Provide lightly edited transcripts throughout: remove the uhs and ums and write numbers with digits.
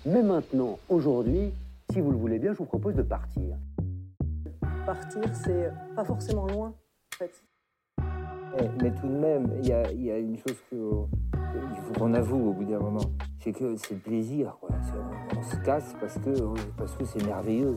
Mais maintenant, aujourd'hui, si vous le voulez bien, je vous propose de partir. Partir, c'est pas forcément loin, en fait. Mais tout de même, il y a une chose qu'il faut qu'on avoue au bout d'un moment, c'est que c'est le plaisir, quoi. On se casse parce que c'est merveilleux.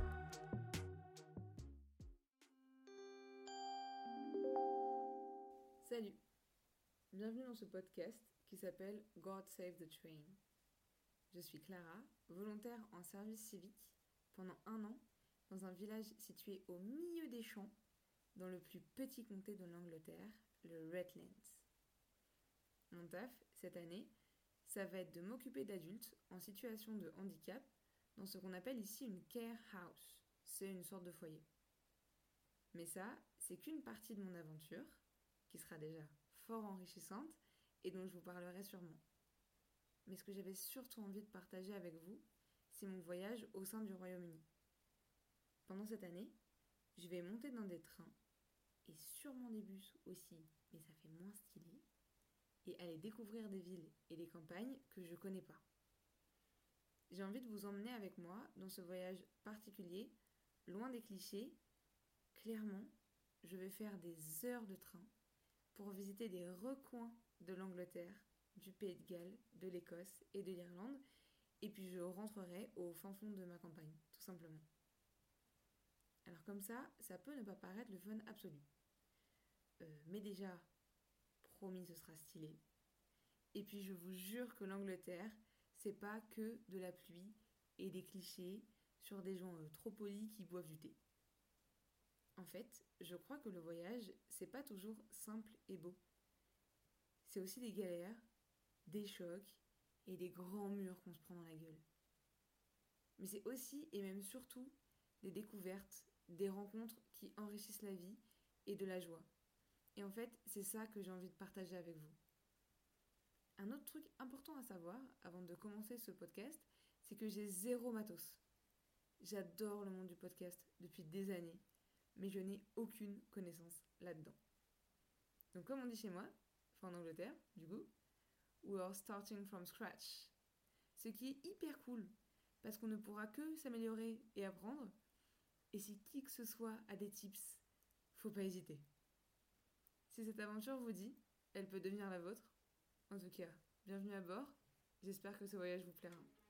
Salut, bienvenue dans ce podcast qui s'appelle God Save the Train. Je suis Clara, volontaire en service civique pendant 1 an dans un village situé au milieu des champs dans le plus petit comté de l'Angleterre, le Redlands. Mon taf, cette année, ça va être de m'occuper d'adultes en situation de handicap dans ce qu'on appelle ici une care house. C'est une sorte de foyer. Mais ça, c'est qu'une partie de mon aventure, qui sera déjà fort enrichissante et dont je vous parlerai sûrement. Mais ce que j'avais surtout envie de partager avec vous, c'est mon voyage au sein du Royaume-Uni. Pendant cette année, je vais monter dans des trains, et sûrement des bus aussi, mais ça fait moins stylé, et aller découvrir des villes et des campagnes que je ne connais pas. J'ai envie de vous emmener avec moi dans ce voyage particulier, loin des clichés. Clairement, je vais faire des heures de train pour visiter des recoins de l'Angleterre, du Pays de Galles, de l'Écosse et de l'Irlande, et puis je rentrerai au fin fond de ma campagne, tout simplement. Alors comme ça peut ne pas paraître le fun absolu. Mais déjà, promis, ce sera stylé. Et puis je vous jure que l'Angleterre, c'est pas que de la pluie et des clichés sur des gens trop polis qui boivent du thé. En fait, je crois que le voyage, c'est pas toujours simple et beau. C'est aussi des galères, des chocs et des grands murs qu'on se prend dans la gueule. Mais c'est aussi et même surtout des découvertes, des rencontres qui enrichissent la vie et de la joie. Et en fait, c'est ça que j'ai envie de partager avec vous. Un autre truc important à savoir avant de commencer ce podcast, c'est que j'ai zéro matos. J'adore le monde du podcast depuis des années, mais je n'ai aucune connaissance là-dedans. Donc comme on dit chez moi, enfin en Angleterre, du coup, we are starting from scratch. Ce qui est hyper cool, parce qu'on ne pourra que s'améliorer et apprendre. Et si qui que ce soit a des tips, faut pas hésiter. Si cette aventure vous dit, elle peut devenir la vôtre. En tout cas, bienvenue à bord. J'espère que ce voyage vous plaira.